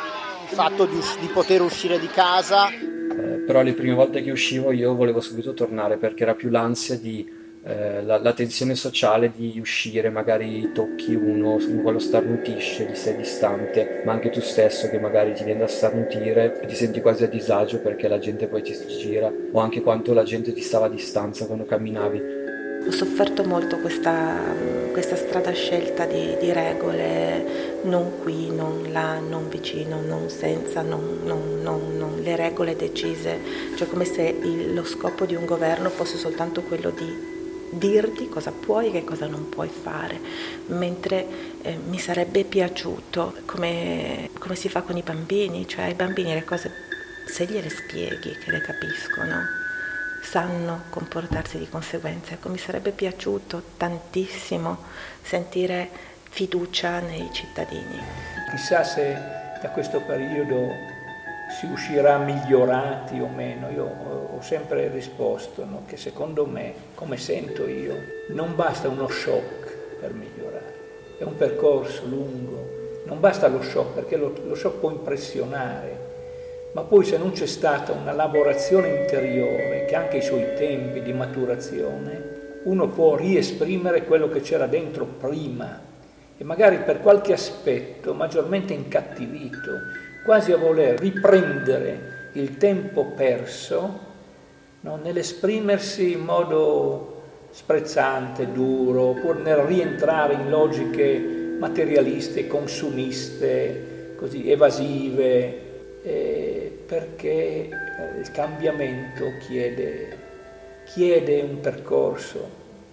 fatto di, us- di poter uscire di casa. Eh, però le prime volte che uscivo io volevo subito tornare perché era più l'ansia di eh, la, la tensione sociale di uscire, magari tocchi uno, uno lo starnutisce, gli sei distante, ma anche tu stesso che magari ti viene da starnutire e ti senti quasi a disagio perché la gente poi ti gira, o anche quanto la gente ti stava a distanza quando camminavi. Ho sofferto molto questa, questa strada scelta di, di regole, non qui, non là, non vicino, non senza, non, non, non, non, le regole decise, cioè come se il, lo scopo di un governo fosse soltanto quello di dirti cosa puoi e che cosa non puoi fare, mentre eh, mi sarebbe piaciuto, come, come si fa con i bambini, cioè ai bambini le cose, se gliele spieghi che le capiscono, sanno comportarsi di conseguenza. Ecco, mi sarebbe piaciuto tantissimo sentire fiducia nei cittadini. Chissà se da questo periodo si uscirà migliorati o meno. Io ho sempre risposto, no, che secondo me, come sento io, non basta uno shock per migliorare, è un percorso lungo, non basta lo shock perché lo, lo shock può impressionare, ma poi se non c'è stata una lavorazione interiore, che ha anche i suoi tempi di maturazione, uno può riesprimere quello che c'era dentro prima e magari per qualche aspetto maggiormente incattivito, quasi a voler riprendere il tempo perso, no, nell'esprimersi in modo sprezzante, duro, oppure nel rientrare in logiche materialiste, consumiste, così evasive, eh, perché il cambiamento chiede, chiede un percorso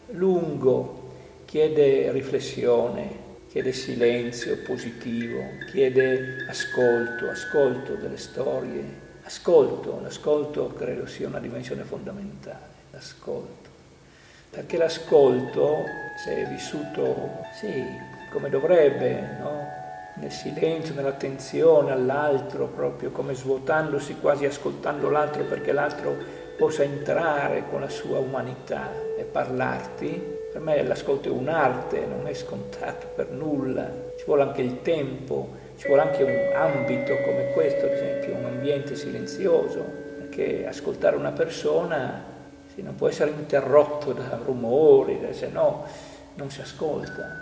lungo, chiede riflessione, chiede silenzio positivo, chiede ascolto, ascolto delle storie, ascolto, l'ascolto credo sia una dimensione fondamentale, l'ascolto, perché l'ascolto, se è vissuto, sì, come dovrebbe, no? Nel silenzio, nell'attenzione all'altro, proprio come svuotandosi, quasi ascoltando l'altro perché l'altro possa entrare con la sua umanità e parlarti. Per me l'ascolto è un'arte, non è scontato per nulla, ci vuole anche il tempo, ci vuole anche un ambito come questo, ad esempio un ambiente silenzioso, perché ascoltare una persona sì, non può essere interrotto da rumori, se no non si ascolta.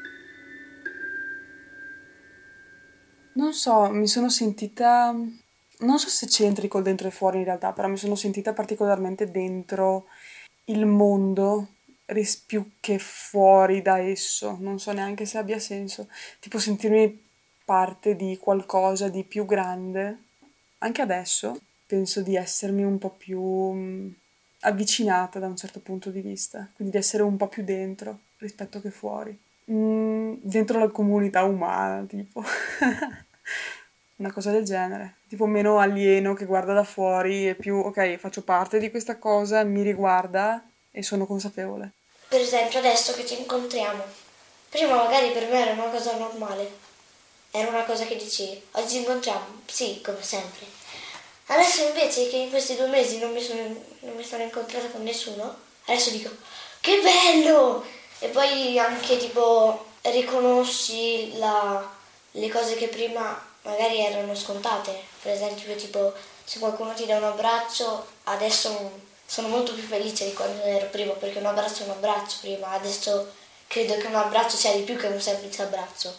Non so, mi sono sentita, non so se c'entri col dentro e fuori in realtà, però mi sono sentita particolarmente dentro il mondo più che fuori da esso, non so neanche se abbia senso, tipo sentirmi parte di qualcosa di più grande. Anche adesso penso di essermi un po' più avvicinata da un certo punto di vista, quindi di essere un po' più dentro rispetto che fuori. Mm, dentro la comunità umana, tipo una cosa del genere, tipo meno alieno che guarda da fuori e più ok, faccio parte di questa cosa, mi riguarda e sono consapevole. Per esempio adesso che ci incontriamo, prima magari per me era una cosa normale, era una cosa che dicevi, oggi ci incontriamo, sì, come sempre. Adesso invece che in questi due mesi non mi sono, non mi sono incontrata con nessuno, adesso dico che bello! E poi anche tipo riconosci la, le cose che prima magari erano scontate. Per esempio tipo se qualcuno ti dà un abbraccio, adesso sono molto più felice di quando ero prima, perché un abbraccio è un abbraccio prima, adesso credo che un abbraccio sia di più che un semplice abbraccio.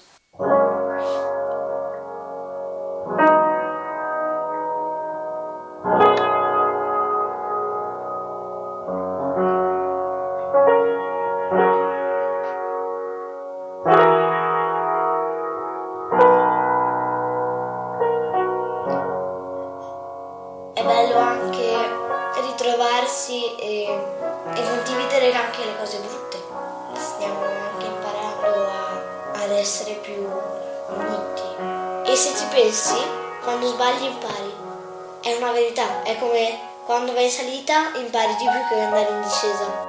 È bello anche ritrovarsi e, e condividere anche le cose brutte. Stiamo anche imparando a, ad essere più uniti. E se ci pensi, quando sbagli impari. È una verità, è come quando vai in salita impari di più che andare in discesa.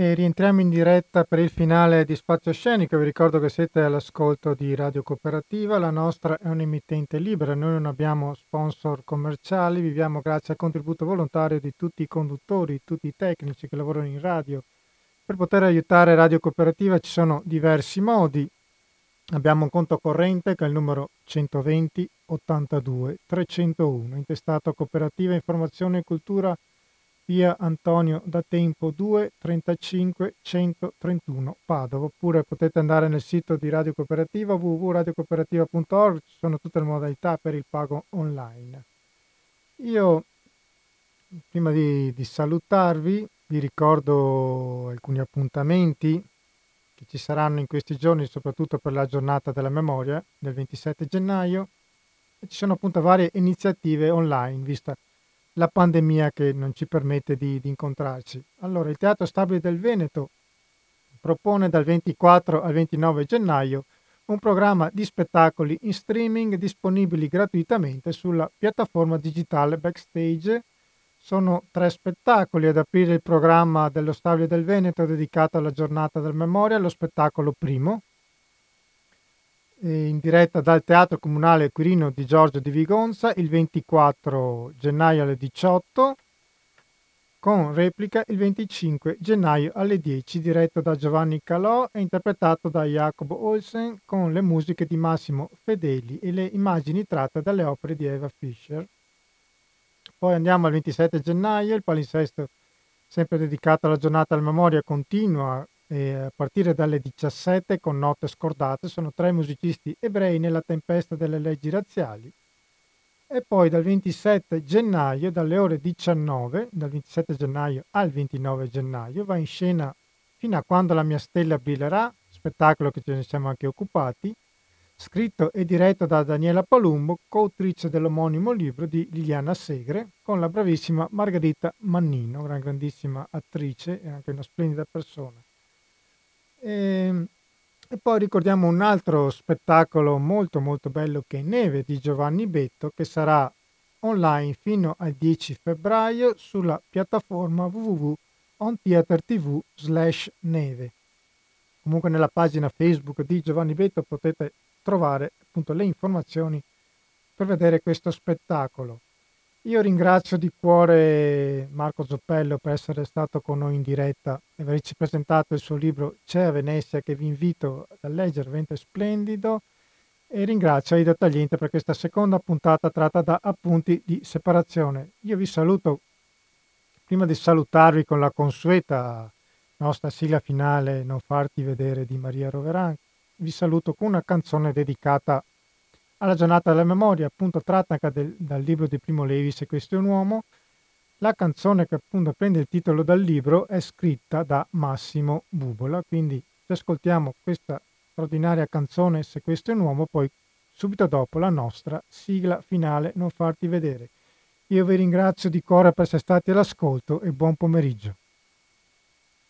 E rientriamo in diretta per il finale di Spazio Scenico. Vi ricordo che siete all'ascolto di Radio Cooperativa, la nostra è un'emittente libera, noi non abbiamo sponsor commerciali, viviamo grazie al contributo volontario di tutti i conduttori, tutti i tecnici che lavorano in radio. Per poter aiutare Radio Cooperativa ci sono diversi modi. Abbiamo un conto corrente che è il numero centoventi ottantadue trecentouno, intestato a Cooperativa Informazione e Cultura, via Antonio da Tempo due, trentacinque centotrentuno Padova, oppure potete andare nel sito di Radio Cooperativa w w w punto radio cooperativa punto org, ci sono tutte le modalità per il pago online. Io prima di, di salutarvi vi ricordo alcuni appuntamenti che ci saranno in questi giorni, soprattutto per la giornata della memoria del ventisette gennaio, e ci sono appunto varie iniziative online, vista la pandemia che non ci permette di, di incontrarci. Allora, il Teatro Stabile del Veneto propone dal ventiquattro al ventinove gennaio un programma di spettacoli in streaming disponibili gratuitamente sulla piattaforma digitale Backstage. Sono tre spettacoli ad aprire il programma dello Stabile del Veneto dedicato alla giornata del memoria, lo spettacolo primo, in diretta dal Teatro Comunale Quirino di Giorgio di Vigonza il ventiquattro gennaio alle diciotto, con replica il venticinque gennaio alle dieci, diretto da Giovanni Calò e interpretato da Jacobo Olsen, con le musiche di Massimo Fedeli e le immagini tratte dalle opere di Eva Fischer. Poi andiamo al ventisette gennaio, il palinsesto sempre dedicato alla giornata della memoria continua e a partire dalle diciassette con Note scordate. Sono tre musicisti ebrei nella tempesta delle leggi razziali. E poi dal ventisette gennaio, dalle ore diciannove, dal ventisette gennaio al ventinove gennaio, va in scena Fino a quando la mia stella brillerà, spettacolo che ce ne siamo anche occupati, scritto e diretto da Daniela Palumbo, coautrice dell'omonimo libro di Liliana Segre, con la bravissima Margherita Mannino, una grandissima attrice e anche una splendida persona. E, e poi ricordiamo un altro spettacolo molto molto bello che è Neve di Giovanni Betto, che sarà online fino al dieci febbraio sulla piattaforma w w w punto ontheatertv slash neve. Comunque nella pagina Facebook di Giovanni Betto potete trovare appunto le informazioni per vedere questo spettacolo. Io ringrazio di cuore Marco Zoppello per essere stato con noi in diretta e averci presentato il suo libro C'è a Venezia, che vi invito a leggere, veramente splendido, e ringrazio Aida Tagliente per questa seconda puntata tratta da Appunti di separazione. Io vi saluto, prima di salutarvi con la consueta nostra sigla finale Non farti vedere di Maria Roveran, vi saluto con una canzone dedicata alla giornata della memoria, appunto tratta anche del, dal libro di Primo Levi, Se questo è un uomo. La canzone che appunto prende il titolo dal libro è scritta da Massimo Bubola, quindi ci ascoltiamo questa straordinaria canzone Se questo è un uomo, poi subito dopo la nostra sigla finale Non farti vedere. Io vi ringrazio di cuore per essere stati all'ascolto e buon pomeriggio.